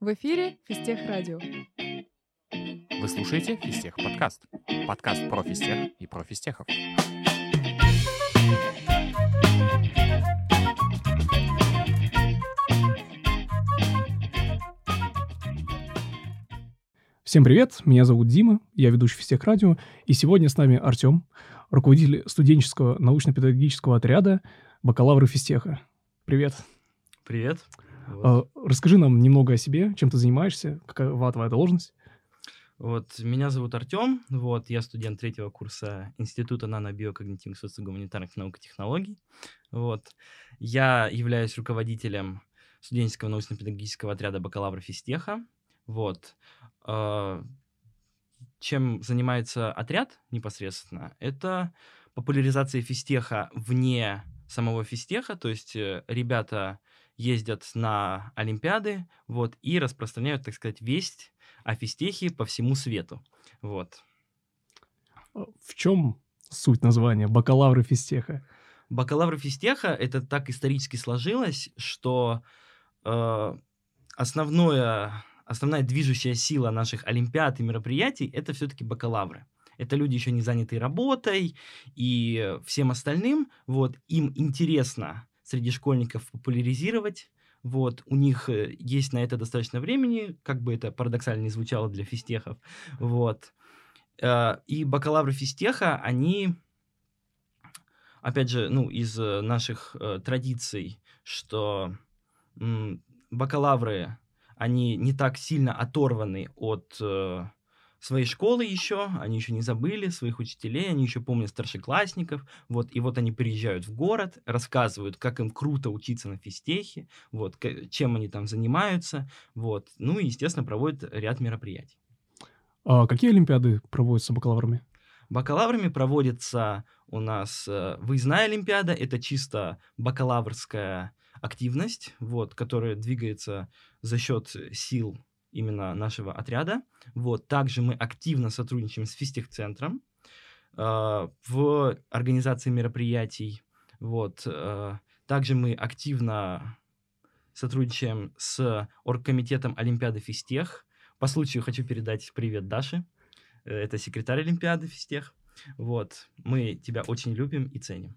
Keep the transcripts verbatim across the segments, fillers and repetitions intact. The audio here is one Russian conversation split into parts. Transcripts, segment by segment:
В эфире Физтех Радио. Вы слушаете Физтех подкаст. Подкаст про физтех и про физтехов. Всем привет, меня зовут Дима, я ведущий Физтех Радио, и сегодня с нами Артем, руководитель студенческого научно-педагогического отряда бакалавры физтеха. Привет. Привет. Вот. А, расскажи нам немного о себе, чем ты занимаешься, какова твоя должность? Вот, меня зовут Артем, вот, я студент третьего курса Института нано-биокогнитивных социогуманитарных наук и технологий. Вот. Я являюсь руководителем студенческого научно-педагогического отряда бакалавра физтеха. Вот. Чем занимается отряд непосредственно? Это популяризация физтеха вне самого физтеха, то есть ребята ездят на олимпиады, вот, и распространяют, так сказать, весть о физтехе по всему свету. Вот. В чем суть названия бакалавры физтеха? Бакалавры физтеха — это так исторически сложилось, что э, основное, основная движущая сила наших олимпиад и мероприятий — это все-таки бакалавры. Это люди, еще не занятые работой и всем остальным. Вот, им интересно среди школьников популяризировать. Вот, у них есть на это достаточно времени, как бы это парадоксально не звучало для физтехов. Вот. И бакалавры физтеха, они, опять же, ну, из наших традиций, что бакалавры, они не так сильно оторваны от своей школы еще, они еще не забыли своих учителей, они еще помнят старшеклассников, вот, и вот они приезжают в город, рассказывают, как им круто учиться на физтехе, вот, к- чем они там занимаются, вот, ну и, естественно, проводят ряд мероприятий. А какие олимпиады проводятся бакалаврами? Бакалаврами проводится у нас э, выездная олимпиада, это чисто бакалаврская активность, вот, которая двигается за счет сил именно нашего отряда. Вот. Также мы активно сотрудничаем с физтехцентром э, в организации мероприятий. Вот. Э, также мы активно сотрудничаем с оргкомитетом Олимпиады физтех. По случаю хочу передать привет Даше. Это секретарь Олимпиады физтех. Вот. Мы тебя очень любим и ценим.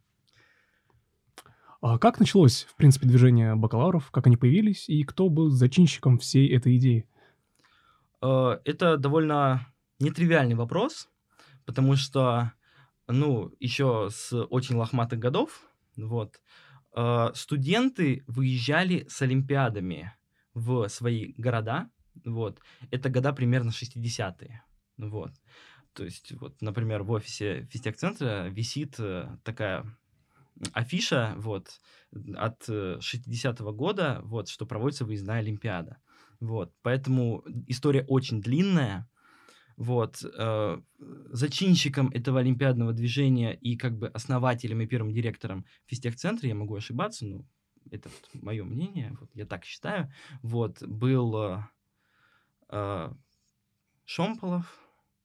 А как началось, в принципе, движение бакалавров, как они появились, и кто был зачинщиком всей этой идеи? Это довольно нетривиальный вопрос, потому что, ну, еще с очень лохматых годов, вот, студенты выезжали с олимпиадами в свои города, вот, это года примерно шестидесятые, вот, то есть, вот, например, в офисе физтехцентра висит такая афиша, вот, от шестидесятого года, вот, что проводится выездная олимпиада. Вот, поэтому история очень длинная. Вот, э, зачинщиком этого олимпиадного движения и как бы основателем и первым директором физтехцентра, я могу ошибаться, но это вот мое мнение, вот, я так считаю, вот, был э, Шомполов.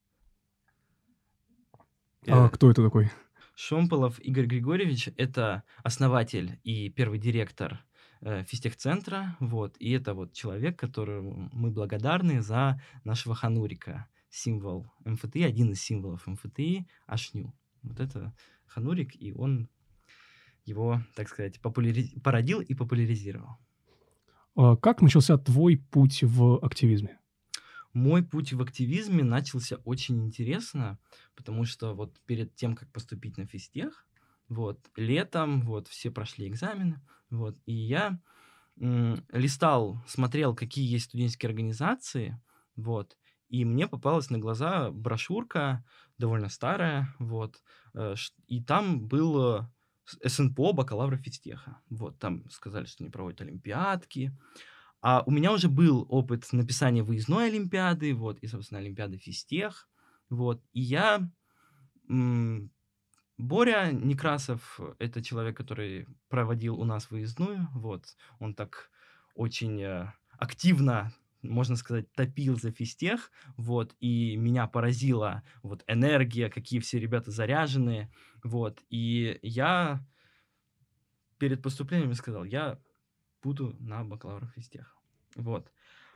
А кто это такой? Шомполов Игорь Григорьевич — это основатель и первый директор э, физтехцентра, вот, и это вот человек, которому мы благодарны за нашего ханурика, символ эм эф тэ и, один из символов эм эф тэ и, ашню. Вот это ханурик, и он его, так сказать, популяри... породил и популяризировал. А как начался твой путь в активизме? Мой путь в активизме начался очень интересно, потому что вот перед тем, как поступить на физтех, вот, летом, вот, все прошли экзамены, вот, и я м, листал, смотрел, какие есть студенческие организации, вот, и мне попалась на глаза брошюрка, довольно старая, вот, э, ш- и там было эс эн пэ о бакалавра физтеха, вот, там сказали, что они проводят олимпиадки. А у меня уже был опыт написания выездной олимпиады, вот, и, собственно, олимпиады физтех, вот, и я, м, Боря Некрасов, это человек, который проводил у нас выездную, вот, он так очень э, активно, можно сказать, топил за физтех, вот, и меня поразила вот энергия, какие все ребята заряженные, вот, и я перед поступлением сказал, я буду на бакалавра физтех. Вот.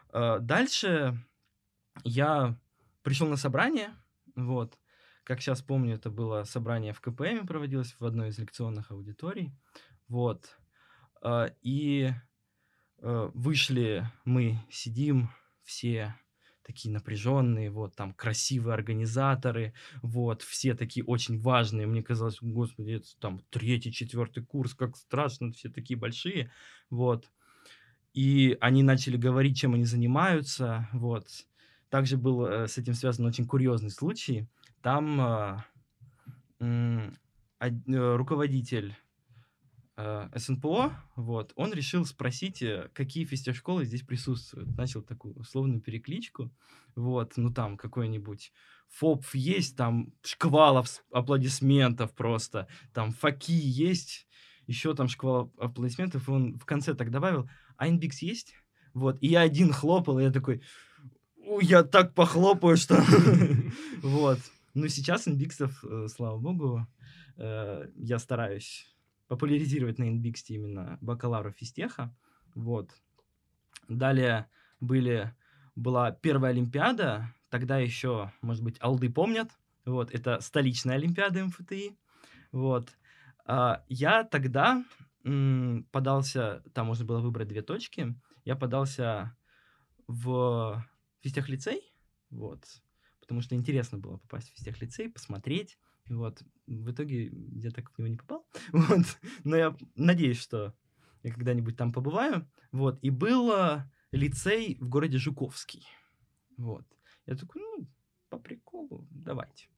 Э, дальше я пришел на собрание, вот. Как сейчас помню, это было собрание в ка пэ эме, проводилось в одной из лекционных аудиторий. Вот. Э, и э, вышли мы, сидим все такие напряженные, вот, там красивые организаторы, вот, все такие очень важные. Мне казалось, господи, это там третий, четвертый курс, как страшно, все такие большие, вот. И они начали говорить, чем они занимаются, вот. Также был э, с этим связан очень курьезный случай. Там э, м, од- э, руководитель э, эс эн пэ о, вот, он решил спросить, э, какие физтехшколы здесь присутствуют. Начал такую условную перекличку, вот, ну там какой-нибудь ФОП есть, там шквал апс- аплодисментов просто, там ФАКИ есть, еще там шквал аплодисментов, и он в конце так добавил, а Инбикс есть? Вот, и я один хлопал, и я такой, «У, я так похлопаю, что...» Вот. Ну, сейчас Инбиксов, э, слава богу, э, я стараюсь популяризировать на Инбиксте именно бакалавров физтеха. Вот. Далее были, была первая олимпиада, тогда еще, может быть, алды помнят. Вот, это столичная олимпиада эм эф тэ и. Вот. А, я тогда м, подался, там можно было выбрать две точки, я подался в физтехлицей, вот, потому что интересно было попасть в физтехлицей, посмотреть, вот, в итоге я так в него не попал, вот, но я надеюсь, что я когда-нибудь там побываю, вот, и был а, лицей в городе Жуковский, вот, я такой, ну, по приколу, давайте.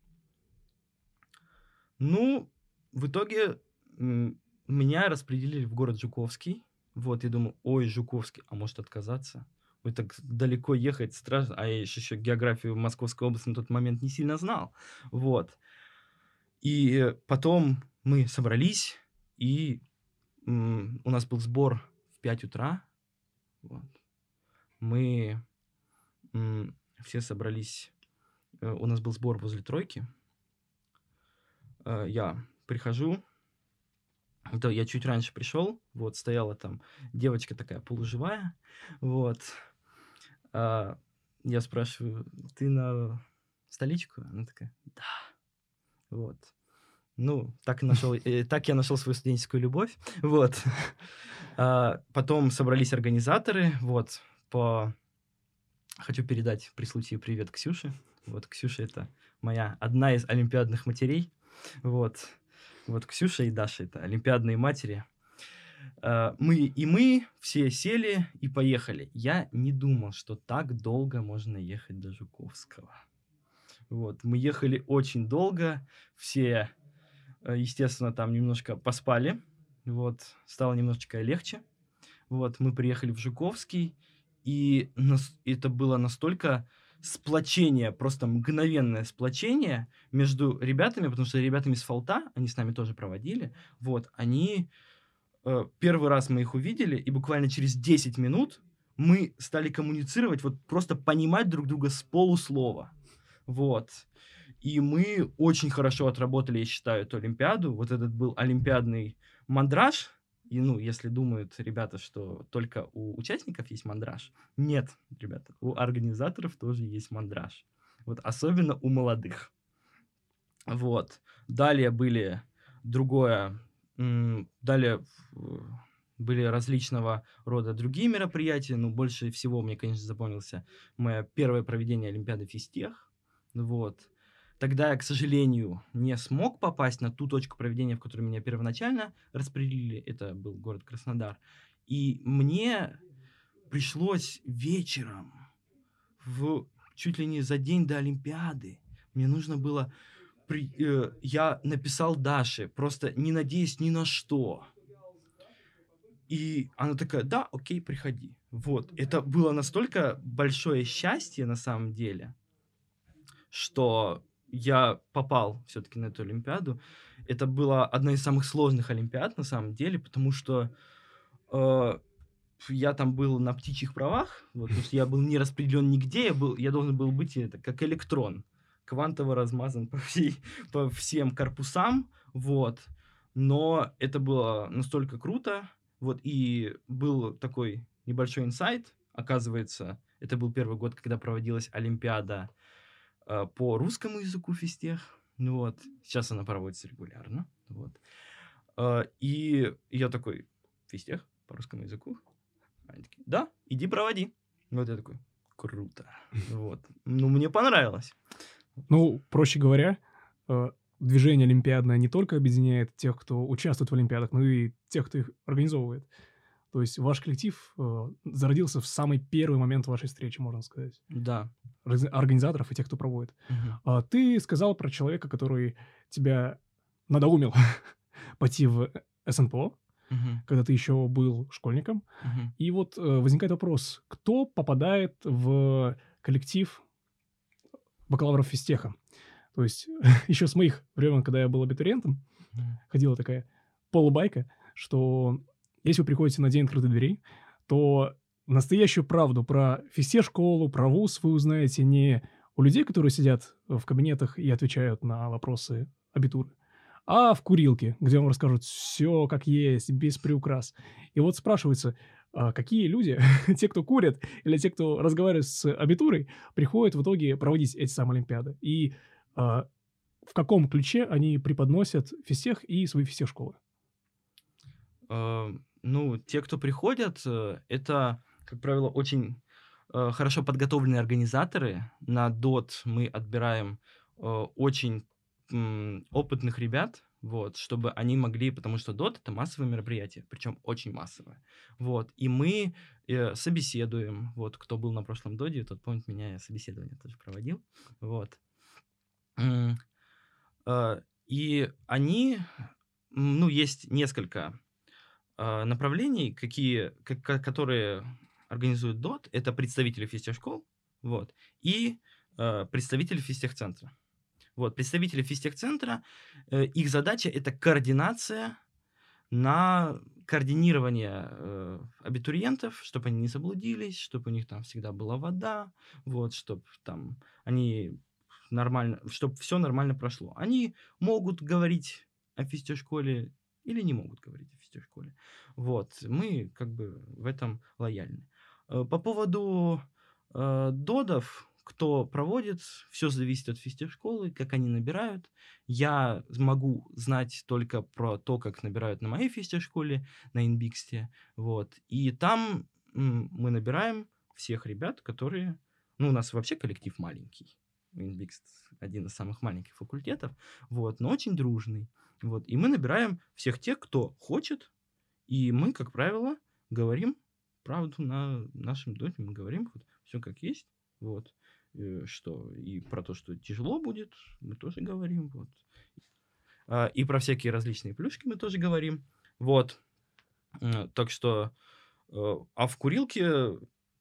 Ну, в итоге м, меня распределили в город Жуковский, вот, я думаю, ой, Жуковский, а может отказаться? Ой, так далеко ехать страшно, а я еще, еще географию Московской области на тот момент не сильно знал, вот. И э, потом мы собрались, и м, у нас был сбор в пять утра, вот. Мы м, все собрались, э, у нас был сбор возле тройки, Э, я прихожу, это я чуть раньше пришел, вот, стояла там девочка такая полуживая, вот. А, я спрашиваю, ты на столичку? Она такая, да. Вот. Ну, так и нашел, э, так я нашел свою студенческую любовь, вот. А, потом собрались организаторы, вот, по... Хочу передать при случае привет Ксюше. Вот, Ксюша — это моя одна из олимпиадных матерей, вот. Вот Ксюша и Даша — это олимпиадные матери. А, мы и мы все сели и поехали. Я не думал, что так долго можно ехать до Жуковского. Вот, мы ехали очень долго, все, э, естественно, там немножко поспали, вот, стало немножечко легче. Вот, мы приехали в Жуковский, и нас- это было настолько сплочение, просто мгновенное сплочение между ребятами, потому что ребятами с Фолта, они с нами тоже проводили, вот, они э, первый раз мы их увидели, и буквально через десять минут мы стали коммуницировать, вот просто понимать друг друга с полуслова. Вот. И мы очень хорошо отработали, я считаю, эту Олимпиаду. Вот этот был олимпиадный мандраж. И, ну, если думают ребята, что только у участников есть мандраж. Нет, ребята, у организаторов тоже есть мандраж. Вот, особенно у молодых. Вот. Далее были другое, м, далее в- были различного рода другие мероприятия, но больше всего мне, конечно, запомнился мое первое проведение Олимпиады физтех. Вот. Тогда я, к сожалению, не смог попасть на ту точку проведения, в которой меня первоначально распределили. Это был город Краснодар. И мне пришлось вечером, в, чуть ли не за день до Олимпиады, мне нужно было при- э, я написал Даше, просто не надеясь ни на что. И она такая, да, окей, приходи. Вот. Это было настолько большое счастье на самом деле, что я попал все-таки на эту Олимпиаду. Это была одна из самых сложных Олимпиад на самом деле, потому что э, я там был на птичьих правах, вот, потому что я был не распределен нигде, я, был, я должен был быть это, как электрон, квантово размазан по, всей, по всем корпусам, вот. Но это было настолько круто, вот, и был такой небольшой инсайт оказывается, это был первый год, когда проводилась Олимпиада э, по русскому языку в физтех. Ну вот. Сейчас она проводится регулярно. Вот. Э, и я такой, физтех по русскому языку? Они такие, да, иди проводи. Вот я такой, круто. Вот. Ну, мне понравилось. Ну, проще говоря, э, движение олимпиадное не только объединяет тех, кто участвует в олимпиадах, но и тех, кто их организовывает. То есть ваш коллектив э, зародился в самый первый момент вашей встречи, можно сказать. Да. Раз- Организаторов и тех, кто проводит. Мгм. А ты сказал про человека, который тебя надоумил пойти в эс эн пэ о, Мгм. когда ты еще был школьником. Мгм. И вот э, возникает вопрос, кто попадает в коллектив бакалавров физтеха? То есть еще с моих времен, когда я был абитуриентом, Мгм. ходила такая полубайка, что если вы приходите на день открытых дверей, то настоящую правду про физтех-школу, про вуз вы узнаете не у людей, которые сидят в кабинетах и отвечают на вопросы абитуры, а в курилке, где вам расскажут все как есть, без приукрас. И вот спрашивается, а какие люди, те, кто курят, или те, кто разговаривает с абитурой, приходят в итоге проводить эти самые олимпиады? И а, в каком ключе они преподносят физтех и свои физтех-школы? Э, Ну, те, кто приходят, э, это, как правило, очень э, хорошо подготовленные организаторы. На дот мы отбираем э, очень м, опытных ребят, вот, чтобы они могли, потому что дот это массовое мероприятие, причем очень массовое. Вот, и мы э, собеседуем, вот, кто был на прошлом доде, тот помнит меня, я собеседование тоже проводил, вот. М, э, И они, м, ну, есть несколько а, направлений, какие, ко- ко- которые организуют дот, это представители физтех-школ, вот, и э, представители физтех-центра. Вот, представители физтех-центра, э, их задача это координация на координирование э, абитуриентов, чтобы они не заблудились, чтобы у них там всегда была вода, вот, чтобы там они нормально, чтобы все нормально прошло. Они могут говорить о физтех-школе или не могут говорить о физтех-школе. Вот, мы как бы в этом лояльны. Э, По поводу э, додов, кто проводит, все зависит от физтех-школы, как они набирают. Я могу знать только про то, как набирают на моей физтех-школе, на Инбиксте, вот. И там м, мы набираем всех ребят, которые... Ну, у нас вообще коллектив маленький. Инбикст один из самых маленьких факультетов, вот, но очень дружный. Вот. И мы набираем всех тех, кто хочет, и мы, как правило, говорим правду на нашем доте, мы говорим вот, все как есть, вот, э, что и про то, что тяжело будет, мы тоже говорим, вот. А, и про всякие различные плюшки мы тоже говорим, вот. М, Так что, э, а в курилке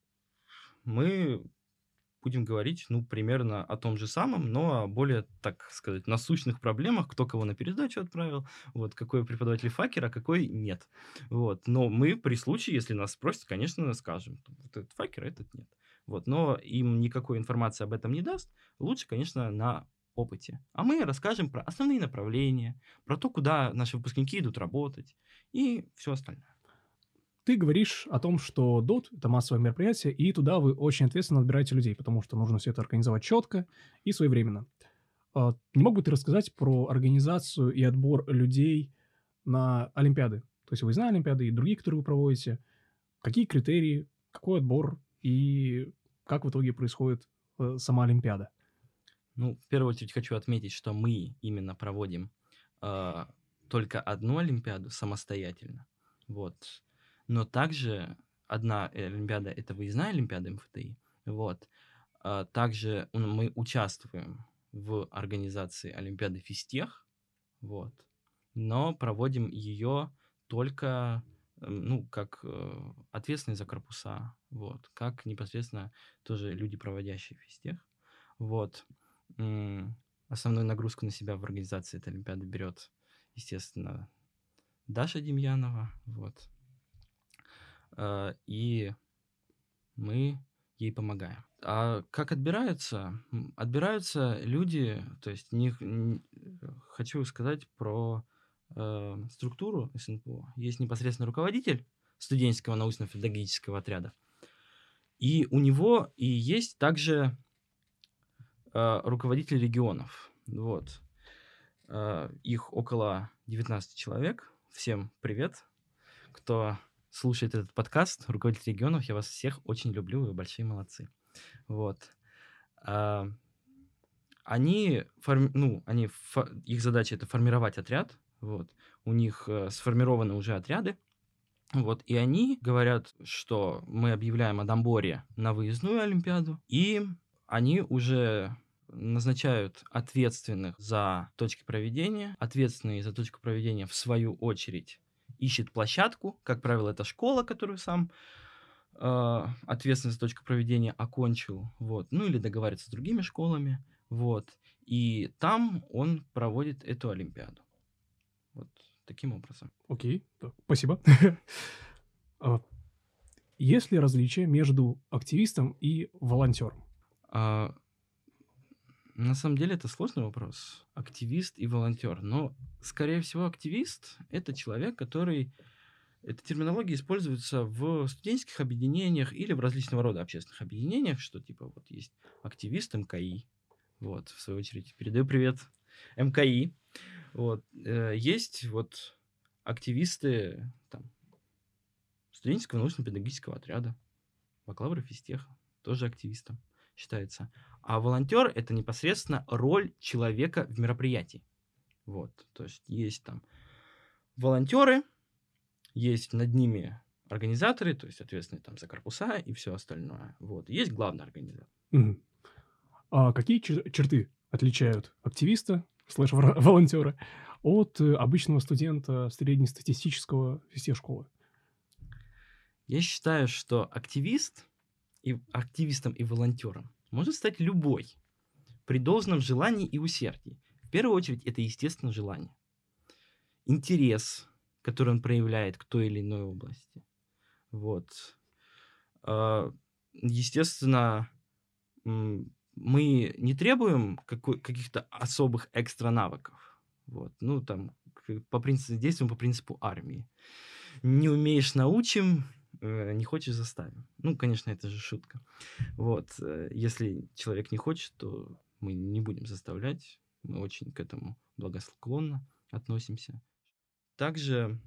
мы будем говорить, ну, примерно о том же самом, но о более, так сказать, насущных проблемах, кто кого на пересдачу отправил, вот, какой преподаватель факер, а какой нет. Вот, но мы при случае, если нас спросят, конечно, скажем, вот этот факер, а этот нет. Вот, но им никакой информации об этом не даст, лучше, конечно, на опыте. А мы расскажем про основные направления, про то, куда наши выпускники идут работать и все остальное. Ты говоришь о том, что дот — это массовое мероприятие, и туда вы очень ответственно отбираете людей, потому что нужно все это организовать четко и своевременно. А, не мог бы ты рассказать про организацию и отбор людей на олимпиады? То есть выездные олимпиады и другие, которые вы проводите. Какие критерии, какой отбор и как в итоге происходит э, сама олимпиада? Ну, в первую очередь хочу отметить, что мы именно проводим а, только одну Олимпиаду самостоятельно. Вот. Но также одна э, Олимпиада — это выездная Олимпиада эм эф тэ и. Вот. А также м, мы участвуем в организации Олимпиады физтех. Вот. Но проводим ее только, эм, ну, как э, ответственные за корпуса. Вот. Как непосредственно тоже люди, проводящие физтех. Вот. М, Основную нагрузку на себя в организации этой Олимпиады берет, естественно, Даша Демьянова. Вот. Э, И мы ей помогаем. А как отбираются? М, Отбираются люди, то есть не, х- н- э, хочу сказать про э, структуру эс эн пэ о. Есть непосредственно руководитель студенческого научно-педагогического отряда. И у него и есть также э, руководитель регионов. Вот. Э, их около девятнадцать человек. Всем привет, кто слушает этот подкаст. Руководитель регионов, я вас всех очень люблю, вы большие молодцы. Вот. А, они, форми- ну, они, фо- их задача это формировать отряд. Вот. У них э, сформированы уже отряды. Вот, и они говорят, что мы объявляем о наборе на выездную олимпиаду, и они уже назначают ответственных за точки проведения. Ответственный за точку проведения, в свою очередь, ищет площадку. Как правило, это школа, которую сам э, ответственный за точку проведения окончил. Вот, ну или договаривается с другими школами. Вот, и там он проводит эту олимпиаду. Вот таким образом. Окей, так, спасибо. А, Есть ли различия между активистом и волонтером? А, на самом деле это сложный вопрос. Активист и волонтер. Но, скорее всего, активист — это человек, который... Эта терминология используется в студенческих объединениях или в различного рода общественных объединениях, что типа вот есть активист МКИ. Вот, в свою очередь, передаю привет МКИ. Вот. э, Есть вот активисты там, студенческого научно-педагогического отряда, бакалавры физтеха, тоже активистом считается. А волонтер — это непосредственно роль человека в мероприятии. Вот, то есть есть там волонтеры, есть над ними организаторы, то есть ответственные там за корпуса и все остальное. Вот, есть главный организатор. Мгм. А какие чер- черты отличают активиста слэш вра- волонтера от э, обычного студента среднестатистического физтех-школы? Я считаю, что активист и активистом и волонтером может стать любой при должном желании и усердии. В первую очередь, это, естественно, желание. Интерес, который он проявляет к той или иной области. Вот. А, Естественно, м, мы не требуем какой- каких-то особых экстра навыков. Вот. Ну, там, к- по принципу, действуем по принципу армии. Не умеешь — научим, э, не хочешь — заставим. Ну, конечно, это же шутка. Вот. э, Если человек не хочет, то мы не будем заставлять. Мы очень к этому благосклонно относимся. Также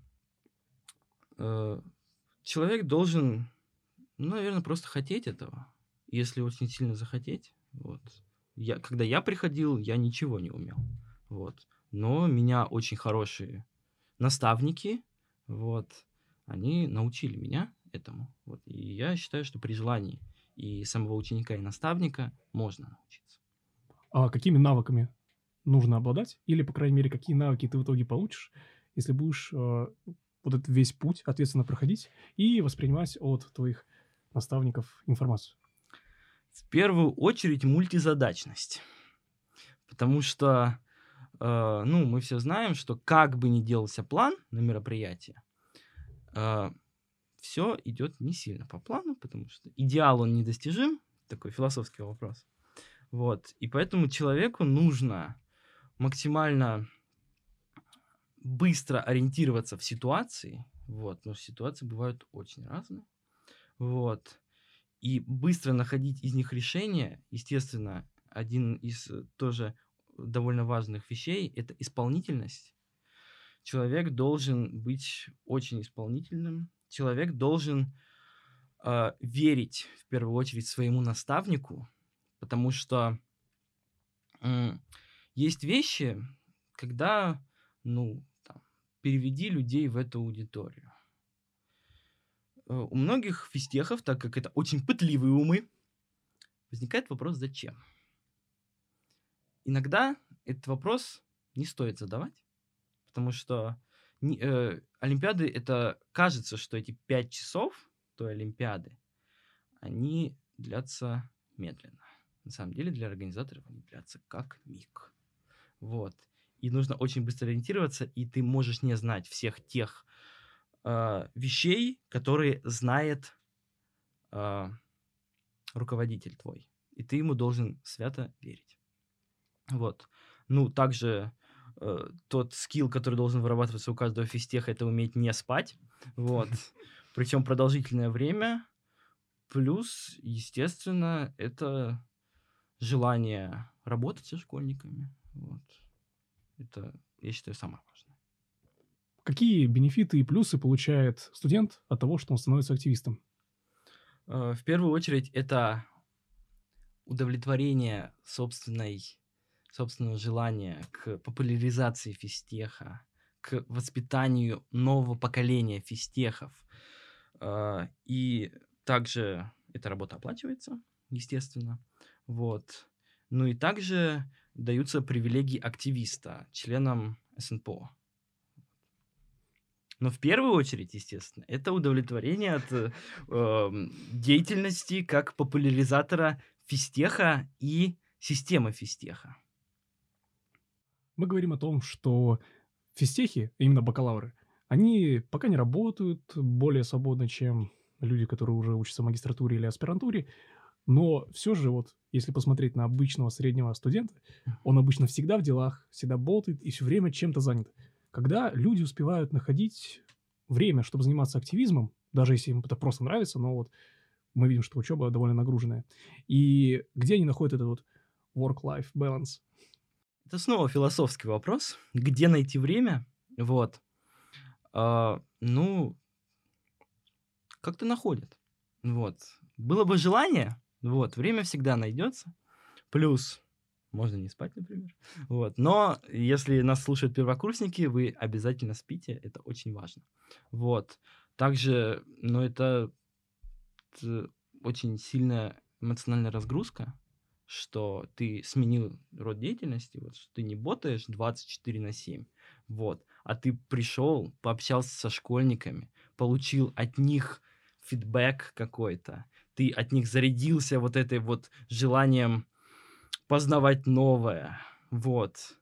э, человек должен, ну, наверное, просто хотеть этого. Если очень сильно захотеть. Вот. Я, когда я приходил, я ничего не умел. Вот. Но меня очень хорошие наставники, вот, они научили меня этому. Вот. И я считаю, что при желании и самого ученика, и наставника можно научиться. А какими навыками нужно обладать? Или, по крайней мере, какие навыки ты в итоге получишь, если будешь э, вот этот весь путь ответственно проходить и воспринимать от твоих наставников информацию? В первую очередь мультизадачность. Потому что, э, ну, мы все знаем, что как бы ни делался план на мероприятие, все идет не сильно по плану, потому что идеал, он недостижим. Такой философский вопрос. Вот. И поэтому человеку нужно максимально быстро ориентироваться в ситуации. Вот. Потому что ситуации бывают очень разные. Вот. И быстро находить из них решения. Естественно, один из э, тоже довольно важных вещей — это исполнительность. Человек должен быть очень исполнительным. Человек должен э, верить в первую очередь своему наставнику, потому что м, есть вещи, когда, ну, там, переведи людей в эту аудиторию. Э, У многих физтехов, так как это очень пытливые умы, возникает вопрос, зачем? Иногда этот вопрос не стоит задавать, потому что не- э, Олимпиады — это кажется, что эти пять часов той Олимпиады, они длятся медленно. На самом деле для организаторов они длятся как миг. Вот. И нужно очень быстро ориентироваться, и ты можешь не знать всех тех э, вещей, которые знает э, руководитель твой. И ты ему должен свято верить. Вот. Ну, также э, тот скилл, который должен вырабатываться у каждого физтеха, это уметь не спать. Вот. Причем продолжительное время. плюс, естественно, это желание работать со школьниками. Вот. Это, я считаю, самое важное. Какие бенефиты и плюсы получает студент от того, что он становится активистом? Э, В первую очередь, это удовлетворение собственной, собственного желания к популяризации физтеха, к воспитанию нового поколения физтехов. Э, И также эта работа оплачивается, естественно. Вот. Ну и также даются привилегии активиста членам эс эн пэ о. Но в первую очередь, естественно, это удовлетворение от э, эм, деятельности как популяризатора физтеха и системы физтеха. Мы говорим о том, что физтехи, именно бакалавры, они пока не работают более свободно, чем люди, которые уже учатся в магистратуре или аспирантуре, но все же вот, если посмотреть на обычного среднего студента, он обычно всегда в делах, всегда болтает и все время чем-то занят. Когда люди успевают находить время, чтобы заниматься активизмом, даже если им это просто нравится, но вот мы видим, что учеба довольно нагруженная, и где они находят этот вот work-life balance? Это снова философский вопрос. Где найти время? Вот. А, ну, как-то находят. Вот. Было бы желание, вот, время всегда найдется. Плюс можно не спать, например. Вот. Но если нас слушают первокурсники, вы обязательно спите. Это очень важно. Вот. Также, ну, это т- очень сильная эмоциональная разгрузка, что ты сменил род деятельности, вот, что ты не ботаешь двадцать четыре на семь, вот, а ты пришел, пообщался со школьниками, получил от них фидбэк какой-то, ты от них зарядился вот этой вот желанием познавать новое, вот,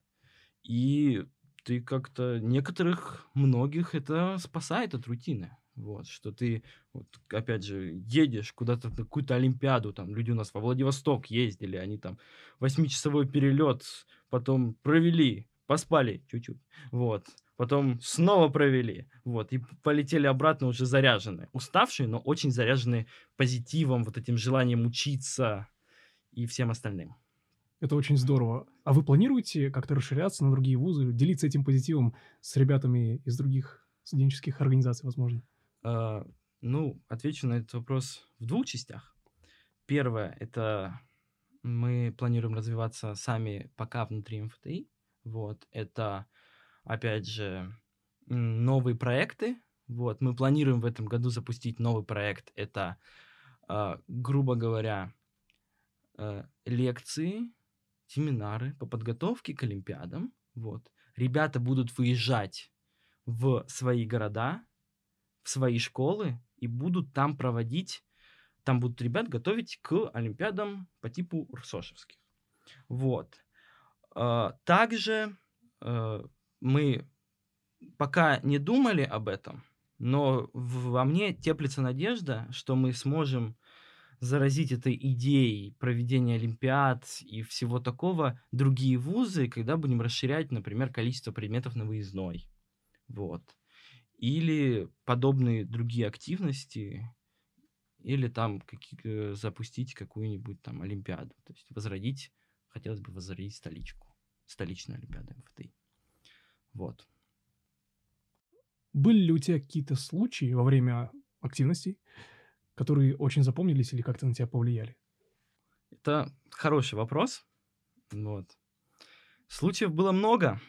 и ты как-то некоторых, многих это спасает от рутины. Вот, что ты, вот, опять же, едешь куда-то на какую-то олимпиаду, там, люди у нас во Владивосток ездили, они там восьмичасовой перелет потом провели, поспали чуть-чуть, вот, потом снова провели, вот, и полетели обратно уже заряженные, уставшие, но очень заряженные позитивом, вот этим желанием учиться и всем остальным. Это очень здорово. А вы планируете как-то расширяться на другие вузы, делиться этим позитивом с ребятами из других студенческих организаций, возможно? А, ну, отвечу на этот вопрос в двух частях. Первое, это мы планируем развиваться сами пока внутри эм эф тэ и. Вот, это, опять же, м, новые проекты. Вот, мы планируем в этом году запустить новый проект. Это, а, грубо говоря, э, лекции, семинары по подготовке к олимпиадам. Вот. Ребята будут выезжать в свои города, в свои школы и будут там проводить, там будут ребят готовить к олимпиадам по типу РСОШевских. Вот. А, Также э, мы пока не думали об этом, но в- во мне теплится надежда, что мы сможем заразить этой идеей проведения олимпиад и всего такого другие вузы, когда будем расширять, например, количество предметов на выездной. Вот. Или подобные другие активности, или там какие- э, запустить какую-нибудь там олимпиаду. То есть возродить, хотелось бы возродить столичку, столичную олимпиаду эм эф тэ и. Вот. Были ли у тебя какие-то случаи во время активностей, которые очень запомнились или как-то на тебя повлияли? Это хороший вопрос. Вот. Случаев было много.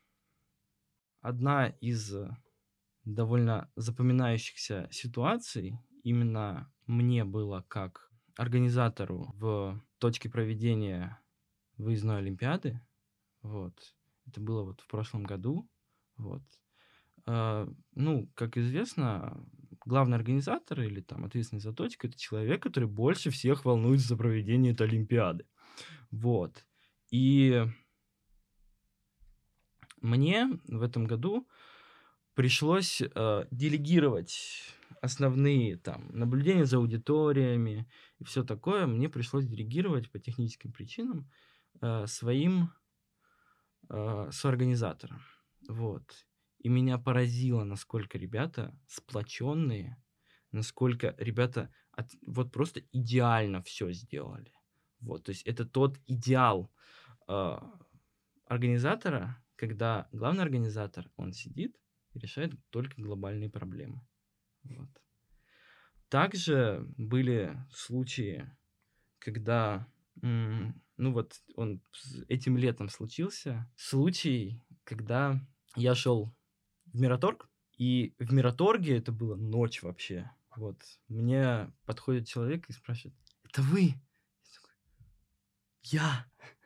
Одна из э, довольно запоминающихся ситуаций именно мне было как организатору в точке проведения выездной олимпиады. Вот. Это было вот в прошлом году. Вот. А, ну, как известно, главный организатор или там ответственный за точку — это человек, который больше всех волнуется за проведение этой олимпиады. Вот. И мне в этом году пришлось э, делегировать основные там наблюдения за аудиториями и все такое. Мне пришлось делегировать по техническим причинам э, своим э, соорганизаторам. Вот. И меня поразило, насколько ребята сплоченные, насколько ребята от- вот просто идеально все сделали. Вот, то есть это тот идеал э, организатора, когда главный организатор, он сидит и решает только глобальные проблемы. Вот. Также были случаи, когда, м, ну вот он с- этим летом случился, случай, когда я шел в Мираторг, и в Мираторге это была ночь вообще. Вот. Мне подходит человек и спрашивает: это вы? Я такой: я.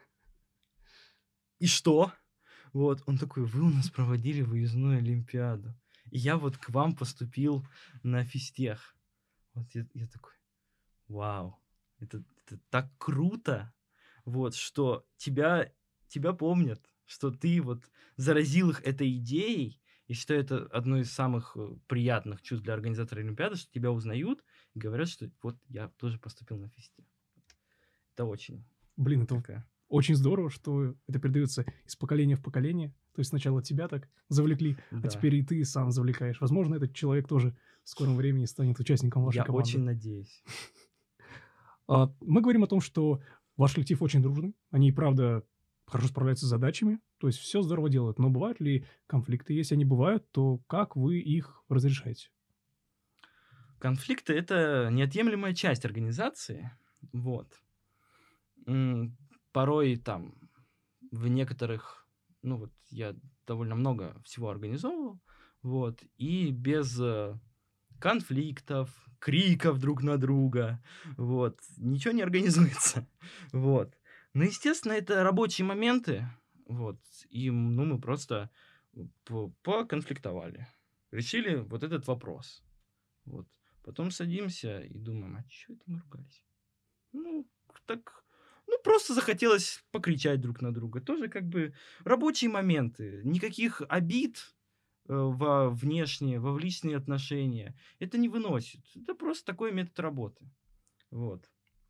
И что? Вот. Он такой: вы у нас проводили выездную олимпиаду. И я вот к вам поступил на физтех. Вот я, я такой: вау, это, это так круто, вот, что тебя, тебя помнят, что ты вот заразил их этой идеей, и что это одно из самых э, приятных чувств для организатора Олимпиады, что тебя узнают и говорят, что вот я тоже поступил на физтех. Это очень Блин, это такая... очень здорово, что это передается из поколения в поколение. То есть сначала тебя так завлекли, а Да. теперь и ты сам завлекаешь. Возможно, этот человек тоже в скором времени станет участником вашей Я команды. очень надеюсь. А, Мы говорим о том, что ваш коллектив очень дружный. Они и правда хорошо справляются с задачами. То есть все здорово делают. Но бывают ли конфликты? Если они бывают, то как вы их разрешаете? Конфликты — это неотъемлемая часть организации. Вот. М, Порой там в некоторых, ну вот я довольно много всего организовывал, вот, и без э, конфликтов, криков друг на друга, вот, ничего не организуется, вот. Но, естественно, это рабочие моменты, вот, и, ну, мы просто по- поконфликтовали, решили вот этот вопрос, вот. Потом садимся и думаем: а что это мы ругались? Ну, так, ну, просто захотелось покричать друг на друга. Тоже как бы рабочие моменты. Никаких обид э, во внешние, во в личные отношения. Это не выносит. Это просто такой метод работы. Вот.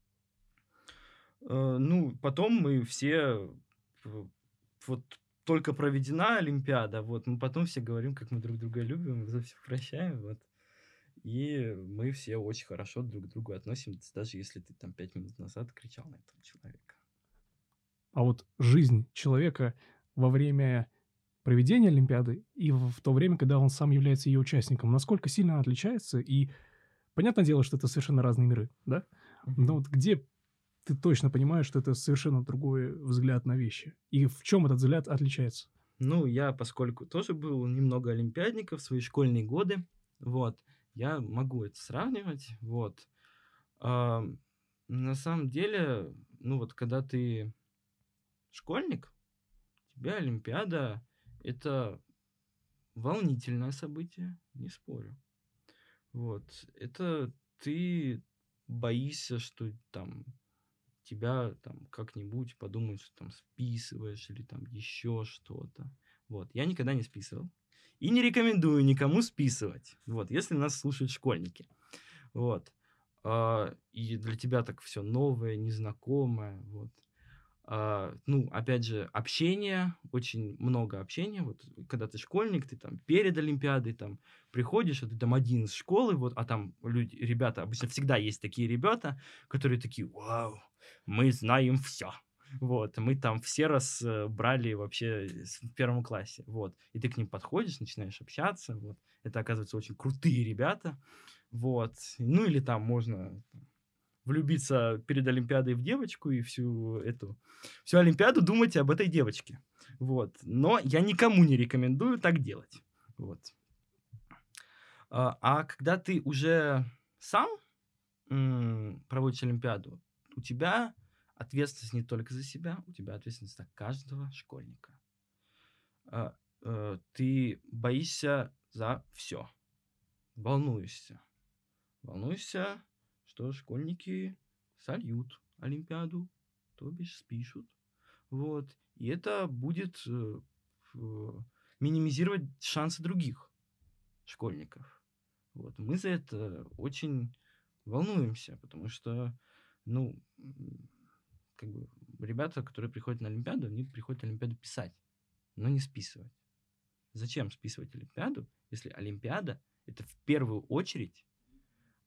Э, ну, потом мы все... э, Вот только проведена Олимпиада, вот, мы потом все говорим, как мы друг друга любим, за все прощаем, вот. И мы все очень хорошо друг к другу относимся, даже если ты там пять минут назад кричал на этого человека. А вот жизнь человека во время проведения Олимпиады и в в то время, когда он сам является ее участником, насколько сильно она отличается? И понятное дело, что это совершенно разные миры, да? Но Мгм. вот где ты точно понимаешь, что это совершенно другой взгляд на вещи? И в чем этот взгляд отличается? Ну, я, поскольку тоже был немного олимпиадником в свои школьные годы, вот, я могу это сравнивать, вот. Ам, на самом деле, ну вот, когда ты школьник, тебе Олимпиада — это волнительное событие, не спорю. Вот, это ты боишься, что там тебя там как-нибудь подумают, что там списываешь или там еще что-то. Вот. Я никогда не списывал. И не рекомендую никому списывать. Вот, если нас слушают школьники. Вот. А, и для тебя так все новое, незнакомое. Вот. А, ну, опять же, общение, очень много общения. Вот, когда ты школьник, ты там перед Олимпиадой там приходишь, а ты там один из школы, вот, а там люди, ребята, обычно всегда есть такие ребята, которые такие: вау, мы знаем все. Вот, мы там все раз э, брали вообще с- в первом классе, вот, и ты к ним подходишь, начинаешь общаться, вот, это, оказывается, очень крутые ребята, вот, ну, или там можно влюбиться перед Олимпиадой в девочку и всю эту, всю Олимпиаду думать об этой девочке. Вот. Но я никому не рекомендую так делать. Вот. А, а когда ты уже сам м, проводишь Олимпиаду, у тебя ответственность не только за себя, у тебя ответственность за каждого школьника. А, э, ты боишься за все, волнуешься. Волнуешься, что школьники сольют Олимпиаду, то бишь спишут. Вот. И это будет э, в- минимизировать шансы других школьников. Вот. Мы за это очень волнуемся, потому что, ну, м, как бы ребята, которые приходят на Олимпиаду, они приходят Олимпиаду писать, но не списывать. Зачем списывать Олимпиаду, если Олимпиада — это в первую очередь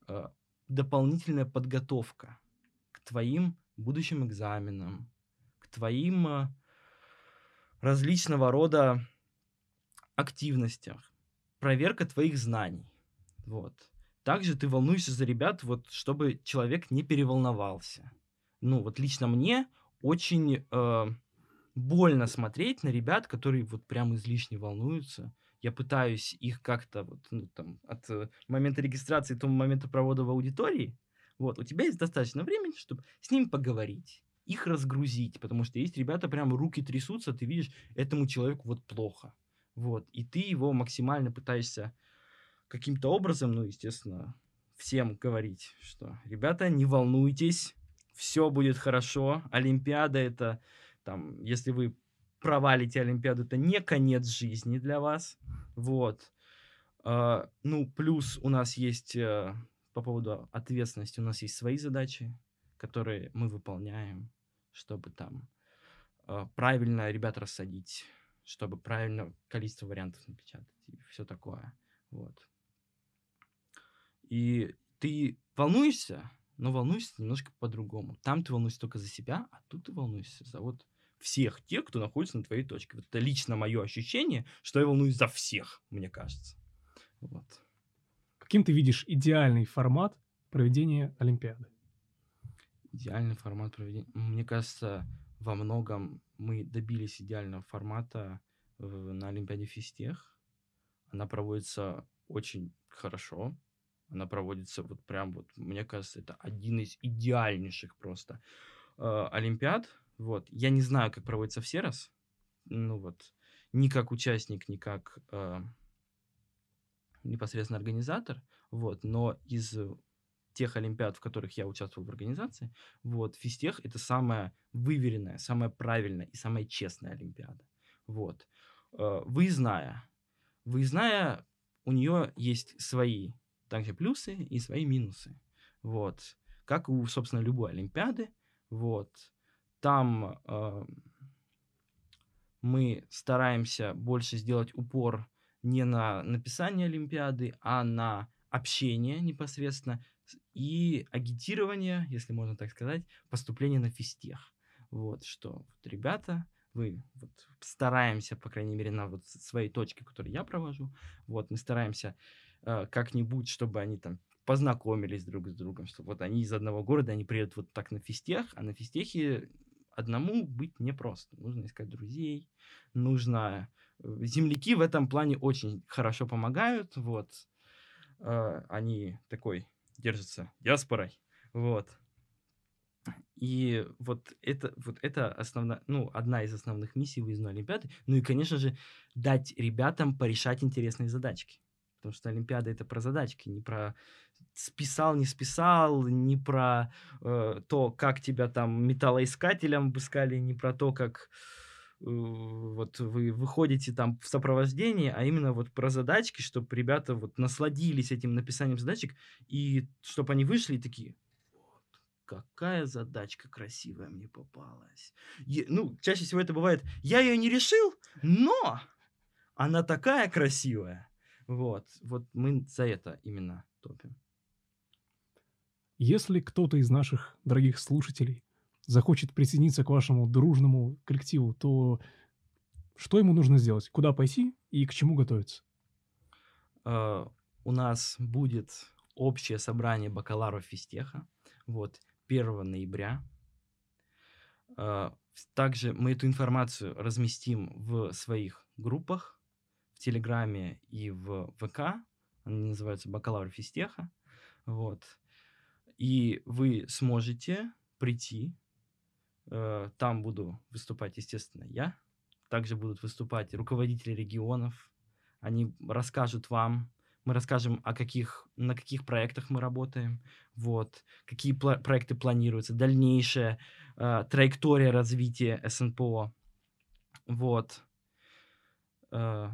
э, дополнительная подготовка к твоим будущим экзаменам, к твоим э, различного рода активностям, проверка твоих знаний. Вот. Также ты волнуешься за ребят, вот, чтобы человек не переволновался. Ну, вот лично мне очень э, больно смотреть на ребят, которые вот прям излишне волнуются. Я пытаюсь их как-то вот, ну, там, от э, момента регистрации до момента провода в аудитории. Вот, у тебя есть достаточно времени, чтобы с ними поговорить, их разгрузить, потому что есть ребята, прям руки трясутся, ты видишь, этому человеку вот плохо. Вот, и ты его максимально пытаешься каким-то образом, ну, естественно, всем говорить, что, ребята, не волнуйтесь, все будет хорошо, Олимпиада это, там, если вы провалите Олимпиаду, это не конец жизни для вас, вот. А, ну, плюс у нас есть, э, по поводу ответственности, у нас есть свои задачи, которые мы выполняем, чтобы там э, правильно ребят рассадить, чтобы правильно количество вариантов напечатать и все такое, вот. И ты волнуешься, но волнуешься немножко по-другому. Там ты волнуешься только за себя, а тут ты волнуешься за вот всех тех, кто находится на твоей точке. Вот это лично мое ощущение, что я волнуюсь за всех, мне кажется. Вот. Каким ты видишь идеальный формат проведения Олимпиады? Идеальный формат проведения. Мне кажется, во многом мы добились идеального формата в- на Олимпиаде Физтех. Она проводится очень хорошо. Она проводится вот прям вот, мне кажется, это один из идеальнейших просто э, Олимпиад. Вот. Я не знаю, как проводится все раз. Ну вот. Ни как участник, ни как э, непосредственно организатор. Вот. Но из тех Олимпиад, в которых я участвовал в организации, вот, Физтех — это самая выверенная, самая правильная и самая честная Олимпиада. Вот. Э, Выездная. Выездная, у нее есть свои также плюсы и свои минусы. Вот. Как у, собственно, любой Олимпиады. Вот. Там э, мы стараемся больше сделать упор не на написание Олимпиады, а на общение непосредственно с- и агитирование, если можно так сказать, поступление на физтех. Вот, что вот, ребята, вы вот, стараемся, по крайней мере, на вот с- своей точке, которую я провожу, вот, мы стараемся э, как-нибудь, чтобы они там познакомились друг с другом, что вот они из одного города, они приедут вот так на физтех, а на физтехе одному быть непросто. Нужно искать друзей, нужно... э, Земляки в этом плане очень хорошо помогают, вот. Э, Они такой держатся диаспорой, вот. И вот это, вот это основная, ну, одна из основных миссий выездной Олимпиады. Ну и, конечно же, дать ребятам порешать интересные задачки. Потому что Олимпиада — это про задачки, не про списал, не списал, не про э, то, как тебя там металлоискателем обыскали, не про то, как э, вот вы выходите там в сопровождении, а именно вот про задачки, чтобы ребята вот насладились этим написанием задачек, и чтобы они вышли и такие: «Вот, какая задачка красивая мне попалась». Е- ну, чаще всего это бывает: я ее не решил, но она такая красивая. Вот, вот мы за это именно топим. Если кто-то из наших дорогих слушателей захочет присоединиться к вашему дружному коллективу, то что ему нужно сделать? Куда пойти и к чему готовиться? Э, У нас будет общее собрание бакалавров физтеха, вот, первого ноября. Э, в- Также мы эту информацию разместим в своих группах, в Телеграме и в ВК. Они называются «Бакалавр физтеха». Вот. И вы сможете прийти. Э, Там буду выступать, естественно, я. Также будут выступать руководители регионов. Они расскажут вам, мы расскажем, о каких, на каких проектах мы работаем, вот, какие пла- проекты планируются, дальнейшая э, траектория развития СНПО. Вот. Э,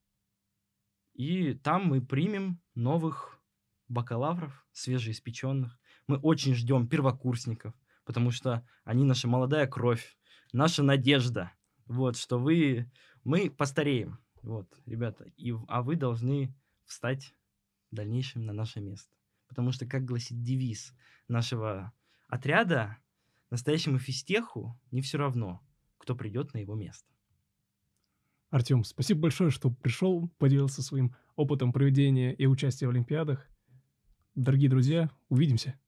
и там мы примем новых бакалавров, свежеиспеченных. Мы очень ждем первокурсников, потому что они наша молодая кровь, наша надежда. Вот, что вы... Мы постареем, вот, ребята, и, в- а вы должны встать в дальнейшем на наше место. Потому потому что, как гласит девиз нашего отряда, настоящему физтеху не все равно, кто придет на его место. Артем, спасибо большое, что пришел, поделился своим опытом проведения и участия в Олимпиадах. Дорогие друзья, увидимся.